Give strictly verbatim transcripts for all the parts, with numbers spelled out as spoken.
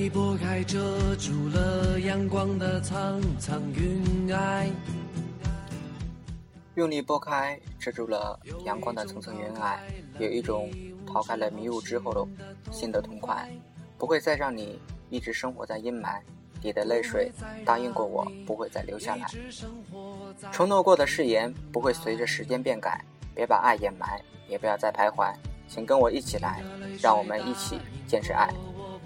你拨开遮住了阳光的苍苍云霭， 用力拨开遮住了阳光的层层云霭，有一种逃开了迷雾之后的新的痛快，不会再让你一直生活在阴霾。你的泪水答应过我不会再流下来，承诺过的誓言不会随着时间变改，别把爱掩埋，也不要再徘徊，请跟我一起来，让我们一起坚持爱。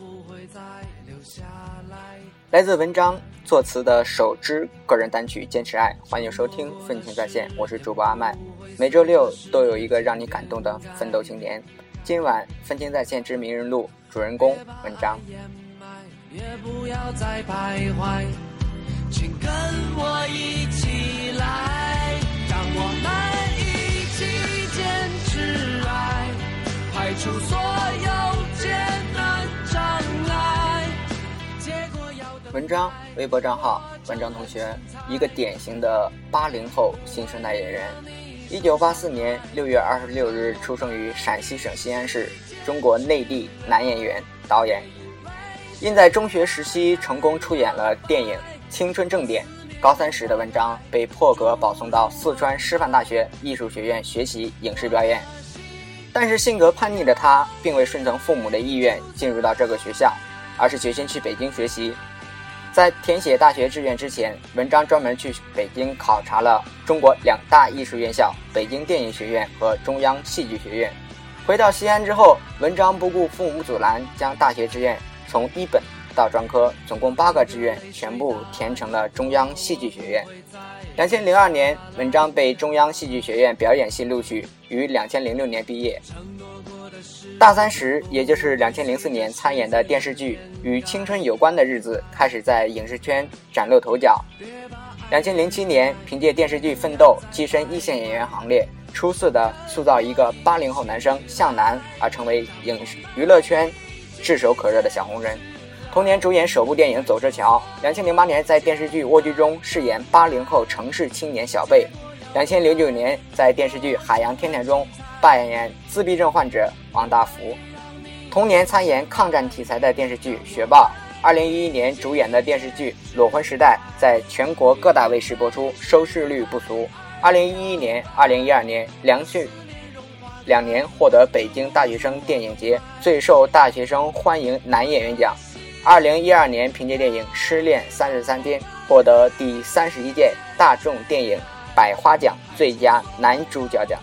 来自文章作词的首支个人单曲《坚持爱》，欢迎收听愤青在线，我是主播阿麦。每周六都有一个让你感动的奋斗青年。今晚愤青在线之名人录主人公文章。 也不要再徘徊，请跟我一起来，让我们一起坚持爱，排除所有艰难障碍。结果要等文章微博账号文章同学，一个典型的八零后新生代演员。一九八四年六月二十六日出生于陕西省西安市，中国内地男演员、导演。因在中学时期成功出演了电影《青春正点》，高三时的文章被破格保送到四川师范大学艺术学院学习影视表演。但是性格叛逆的他并未顺从父母的意愿进入到这个学校，而是决心去北京学习。在填写大学志愿之前，文章专门去北京考察了中国两大艺术院校北京电影学院和中央戏剧学院。回到西安之后，文章不顾父母阻拦，将大学志愿从一本到专科总共八个志愿全部填成了中央戏剧学院。两千零二年，文章被中央戏剧学院表演系录取，于两千零六年毕业。大三时，也就是两千零四年参演的电视剧《与青春有关的日子》开始在影视圈崭露头角。两千零七年，凭借电视剧《奋斗》跻身一线演员行列，出色的塑造一个八零后男生向南，而成为影视娱乐圈炙手可热的小红人。同年主演首部电影《走着瞧》。两千零八年在电视剧《蜗居》中饰演八零后城市青年小贝。两千零九年在电视剧《海洋天天》中扮演自闭症患者王大福。同年参演抗战题材的电视剧《学霸》。二零一一年主演的电视剧《裸婚时代》在全国各大卫视播出，收视率不俗。二零一一年、二零一二年连续两年获得北京大学生电影节最受大学生欢迎男演员奖。二零一二年凭借电影《失恋三十三天》获得第三十一届大众电影百花奖最佳男主角奖。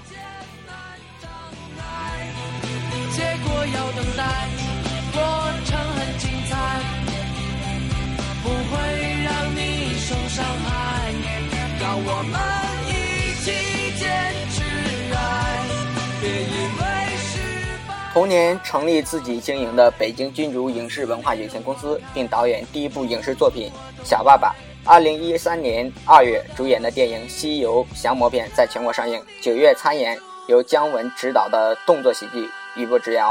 结果要等待，过程很精彩，不会让你受伤害，让我们一起坚持爱，别因为失败。 同年成立自己经营的北京君竹影视文化有限公司，并导演第一部影视作品《小爸爸》。二零一三年二月主演的电影《西游降魔篇》在全国上映。九月参演由姜文执导的动作喜剧《一步之遥》。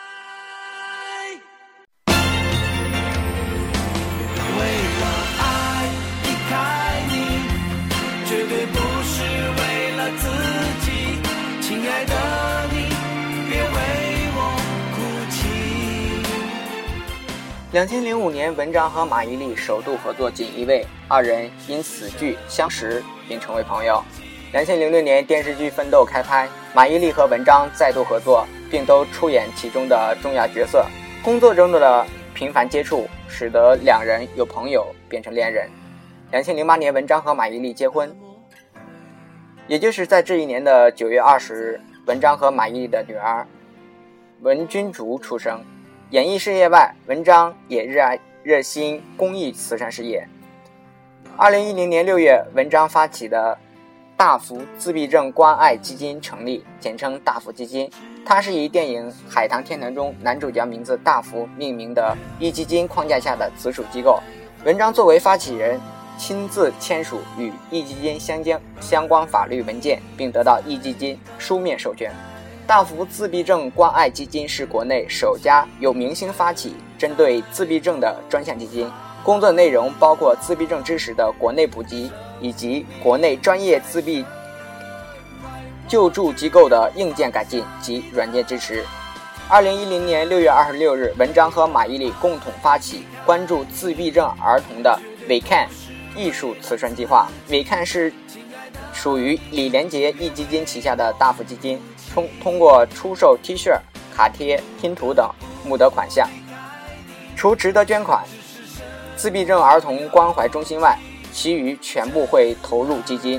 为了爱离开你，绝对不是为了自己，亲爱的你，别为我哭泣。 两千零五年，文章和马伊琍首度合作《锦衣卫》，二人因此剧相识并成为朋友。两千零六年，电视剧《奋斗》开拍，马伊琍和文章再度合作，并都出演其中的重要角色。工作中的频繁接触，使得两人由朋友变成恋人。两千零八年，文章和马伊琍结婚，也就是在这一年的九月二十日，文章和马伊琍的女儿文君竹出生。演艺事业外，文章也热爱热心公益慈善事业。二零一零年六月，文章发起的大福自闭症关爱基金成立，简称大福基金。它是以电影《海棠天堂》中男主角名字大福命名的壹基金框架下的直属机构。文章作为发起人，亲自签署与壹基金相关相关法律文件，并得到壹基金书面授权。大福自闭症关爱基金是国内首家由明星发起针对自闭症的专项基金，工作内容包括自闭症知识的国内普及，以及国内专业自闭救助机构的硬件改进及软件支持。 二零一零年六月二十六日，文章和马伊琍共同发起关注自闭症儿童的 We Can 艺术慈善计划。 We Can 是属于李连杰壹基金旗下的大幅基金，通通过出售 T 恤、卡贴、拼图等募得款项。除值得捐款自闭症儿童关怀中心外，其余全部会投入基金。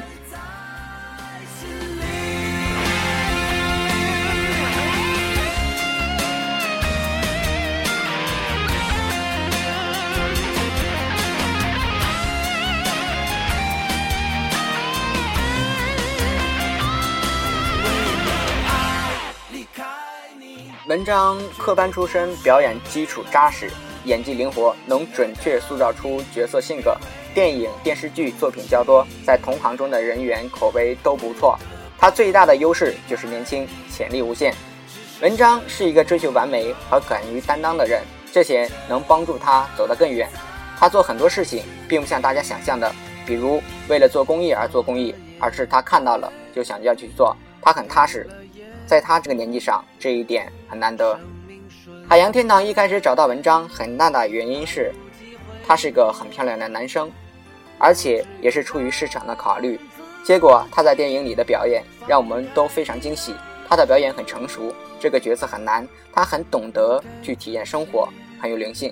文章科班出身，表演基础扎实，演技灵活，能准确塑造出角色性格。电影、电视剧作品较多，在同行中的人缘口碑都不错。他最大的优势就是年轻，潜力无限。文章是一个追求完美和敢于担当的人，这些能帮助他走得更远。他做很多事情并不像大家想象的，比如为了做公益而做公益，而是他看到了就想要去做。他很踏实，在他这个年纪上，这一点很难得。海洋天堂一开始找到文章很大的原因是他是个很漂亮的男生，而且也是出于市场的考虑。结果他在电影里的表演让我们都非常惊喜，他的表演很成熟，这个角色很难，他很懂得去体验生活，很有灵性。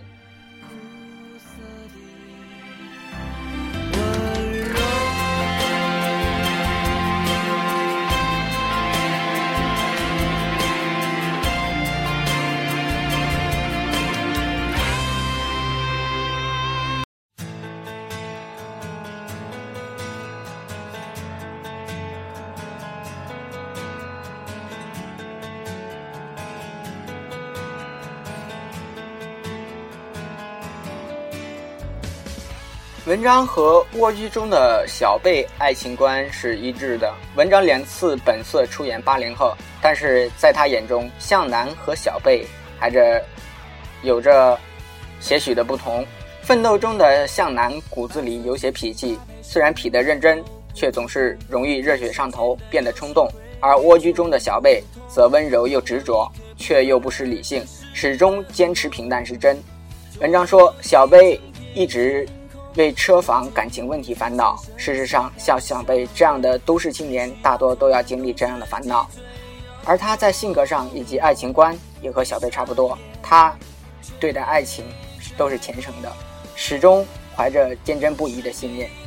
文章和蜗居中的小贝爱情观是一致的。文章两次本色出演八零后，但是在他眼中，向南和小贝还着有着些许的不同。奋斗中的向南骨子里有些痞气，虽然痞得认真，却总是容易热血上头，变得冲动。而蜗居中的小贝则温柔又执着，却又不失理性，始终坚持平淡是真。文章说，小贝一直为车房感情问题烦恼，事实上像小贝这样的都市青年大多都要经历这样的烦恼，而他在性格上以及爱情观也和小贝差不多，他对待爱情都是虔诚的，始终怀着坚贞不移的信念。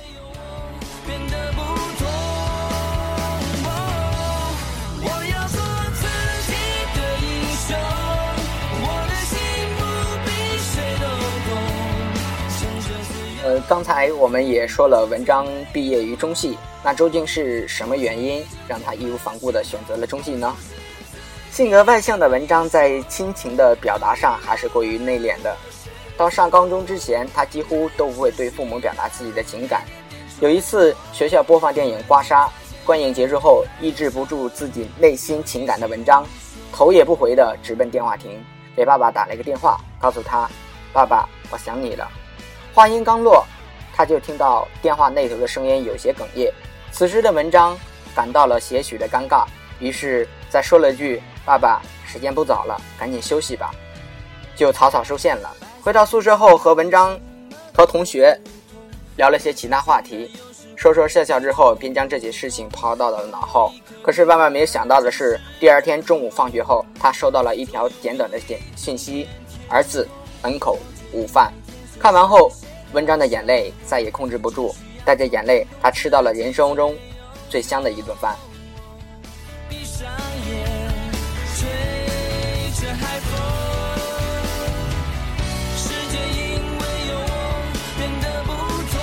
呃，刚才我们也说了，文章毕业于中戏，那究竟是什么原因让他义无反顾地选择了中戏呢？性格外向的文章在亲情的表达上还是过于内敛的。到上高中之前，他几乎都不会对父母表达自己的情感。有一次学校播放电影《刮痧》，观影结束后，抑制不住自己内心情感的文章，头也不回地直奔电话亭，给爸爸打了一个电话，告诉他：爸爸，我想你了。话音刚落，他就听到电话那头的声音有些哽咽。此时的文章感到了些许的尴尬，于是再说了句：爸爸，时间不早了，赶紧休息吧，就草草收线了。回到宿舍后，和文章和同学聊了些其他话题，说说笑笑之后，便将这些事情抛到了脑后。可是万万没有想到的是，第二天中午放学后，他收到了一条简短的信息：儿子，门口午饭。看完后，文章的眼泪再也控制不住，带着眼泪，他吃到了人生中最香的一顿饭。闭上眼，吹着海风，世界因为有我变得不同。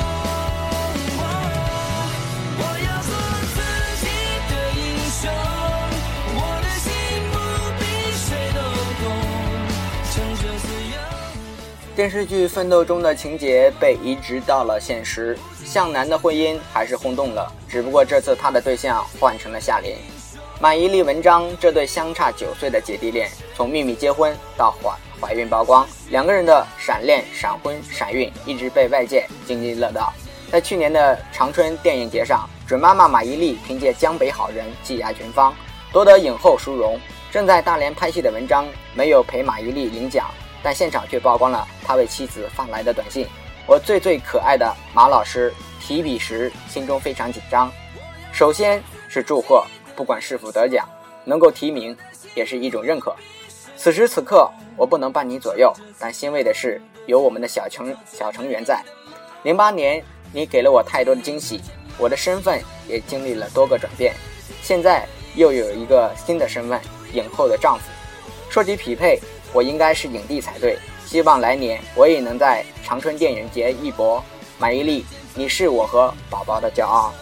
我要做自己的英雄，我的心不比谁都懂，乘着自由。电视剧《奋斗》中的情节被移植到了现实，向南的婚姻还是轰动了，只不过这次他的对象换成了夏琳。马伊琍、文章这对相差九岁的姐弟恋，从秘密结婚到怀怀孕曝光，两个人的闪恋、闪婚、闪孕一直被外界津津乐道。在去年的长春电影节上，准妈妈马伊琍凭借《江北好人》技压群芳，夺得影后殊荣。 正在大连拍戏的文章没有陪马伊琍领奖，但现场却曝光了他为妻子发来的短信。我最最可爱的马老师提笔时心中非常紧张，首先是祝贺，不管是否得奖，能够提名也是一种认可。此时此刻我不能伴你左右，但欣慰的是有我们的小成小成员在。零八年你给了我太多的惊喜，我的身份也经历了多个转变，现在又有一个新的身份，影后的丈夫。说起匹配，我应该是影帝才对，希望来年我也能在长春电影节一搏。马伊琍，你是我和宝宝的骄傲。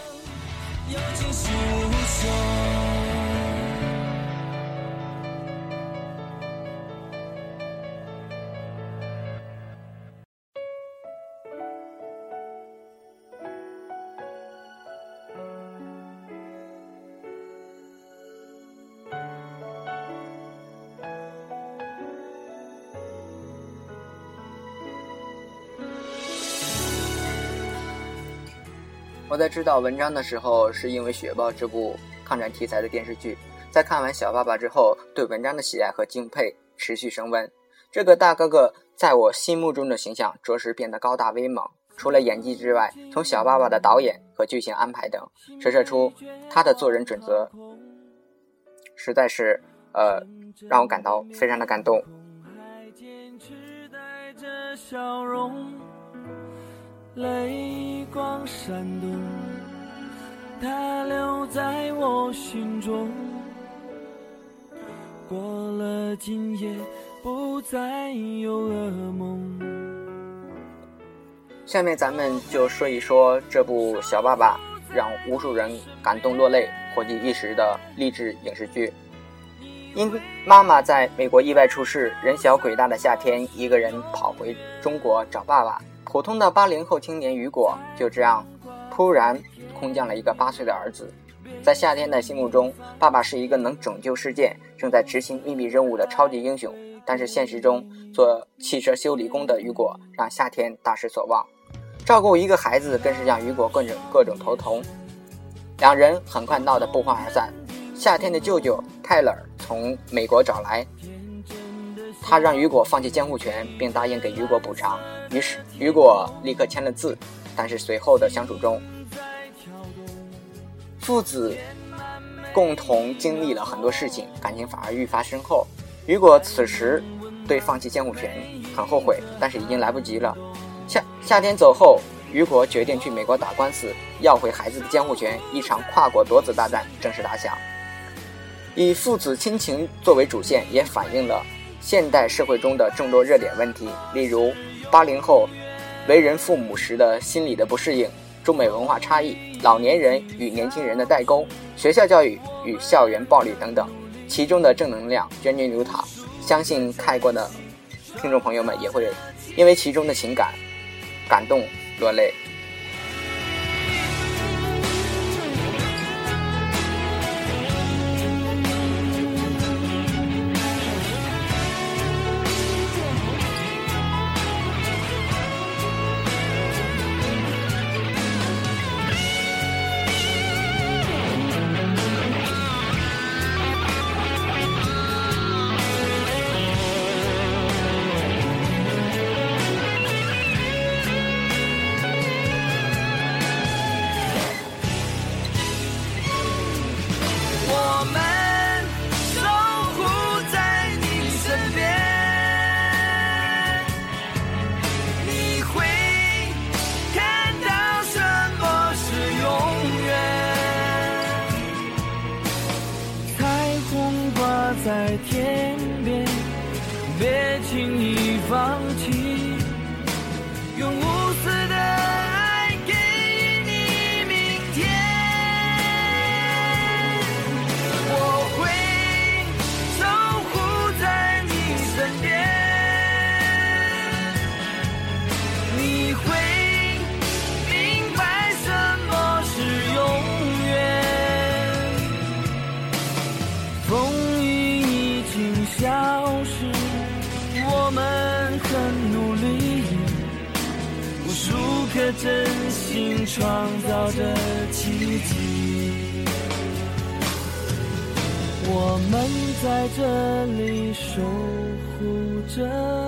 我在知道文章的时候，是因为《雪豹》这部抗战题材的电视剧，在看完《小爸爸》之后，对文章的喜爱和敬佩持续升温。这个大哥哥在我心目中的形象着实变得高大威猛，除了演技之外，从《小爸爸》的导演和剧情安排等，折射出他的做人准则，实在是呃让我感到非常的感动。 泪光闪动，它留在我心中，过了今夜不再有噩梦。 下面咱们就说一说这部《小爸爸》让无数人感动落泪、火极一时的励志影视剧。因妈妈在美国意外出事，人小鬼大的夏天一个人跑回中国找爸爸。普通的八零后青年雨果就这样突然空降了一个八岁的儿子。在夏天的心目中，爸爸是一个能拯救世界、正在执行秘密任务的超级英雄，但是现实中做汽车修理工的雨果让夏天大失所望，照顾一个孩子更是让雨果各种各种头疼，两人很快闹得不欢而散。夏天的舅舅泰勒从美国找来，他让雨果放弃监护权，并答应给雨果补偿。于是雨果立刻签了字，但是随后的相处中，父子共同经历了很多事情，感情反而愈发深厚。雨果此时对放弃监护权很后悔，但是已经来不及了。夏夏天走后，雨果决定去美国打官司，要回孩子的监护权。一场跨国夺子大战正式打响。以父子亲情作为主线，也反映了现代社会中的众多热点问题，例如八零后为人父母时的心理的不适应，中美文化差异，老年人与年轻人的代沟，学校教育与校园暴力等等，其中的正能量源源流淌，相信看过的听众朋友们也会因为其中的情感感动落泪。 在天边，别轻易放弃，用无私的爱给予你明天。我会守护在你身边，你会明白什么是永远。风消失，我们很努力，无数颗真心创造着奇迹。 我们在这里守护着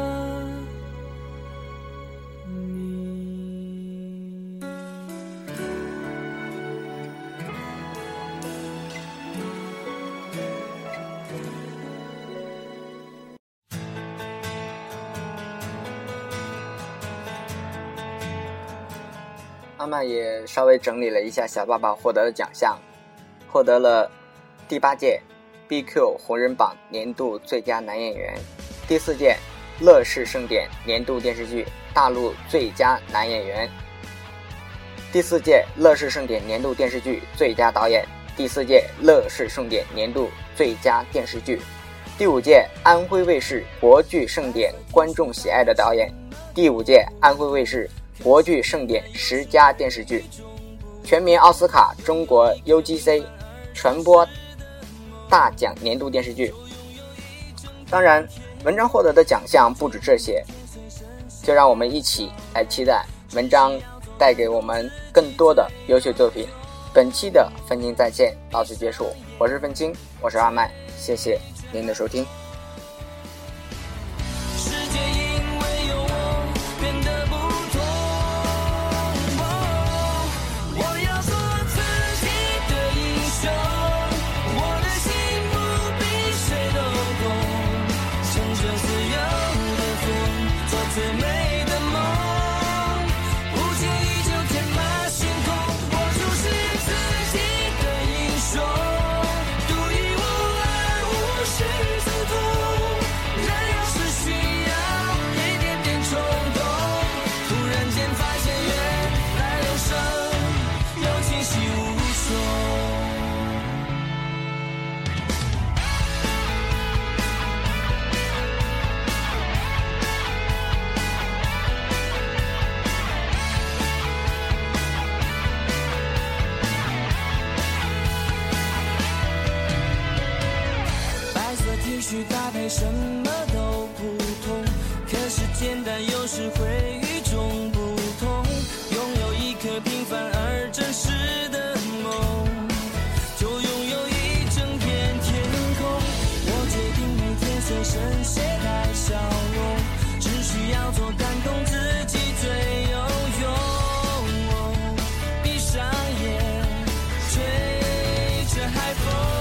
你。 阿麦也稍微整理了一下小爸爸获得的奖项，获得了第八届 B Q 红人榜年度最佳男演员，第四届乐视盛典年度电视剧大陆最佳男演员，第四届乐视盛典年度电视剧最佳导演，第四届乐视盛典年度最佳电视剧，第五届安徽卫视国剧盛典观众喜爱的导演，第五届安徽卫视国剧盛典十佳电视剧，全民奥斯卡中国 U G C 传播大奖年度电视剧。当然，文章获得的奖项不止这些，就让我们一起来期待文章带给我们更多的优秀作品。本期的分青在线到此结束，我是分青，我是阿麦，谢谢您的收听。 搭配什么都普通，可是简单有时会与众不同，拥有一颗平凡而真实的梦，就拥有一整片天空。我决定每天随身携带笑容，只需要做感动自己最有用，闭上眼吹着海风，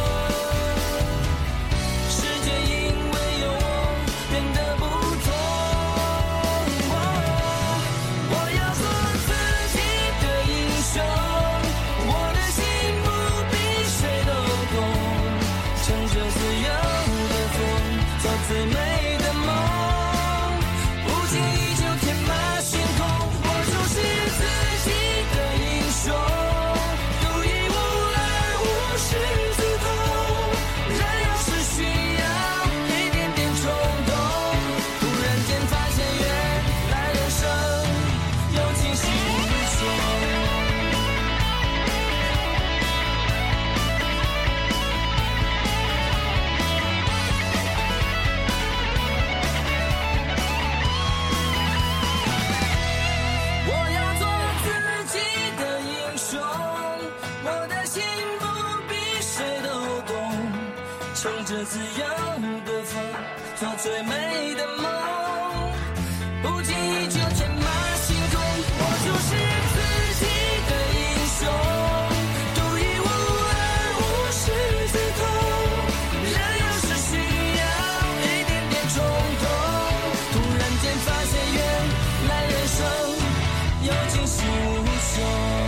乘着自由的风，做最美的梦，不经意就天马行空。我就是自己的英雄，独一无二，无师自通。人有时需要一点点冲动，突然间发现原来人生有惊喜无穷。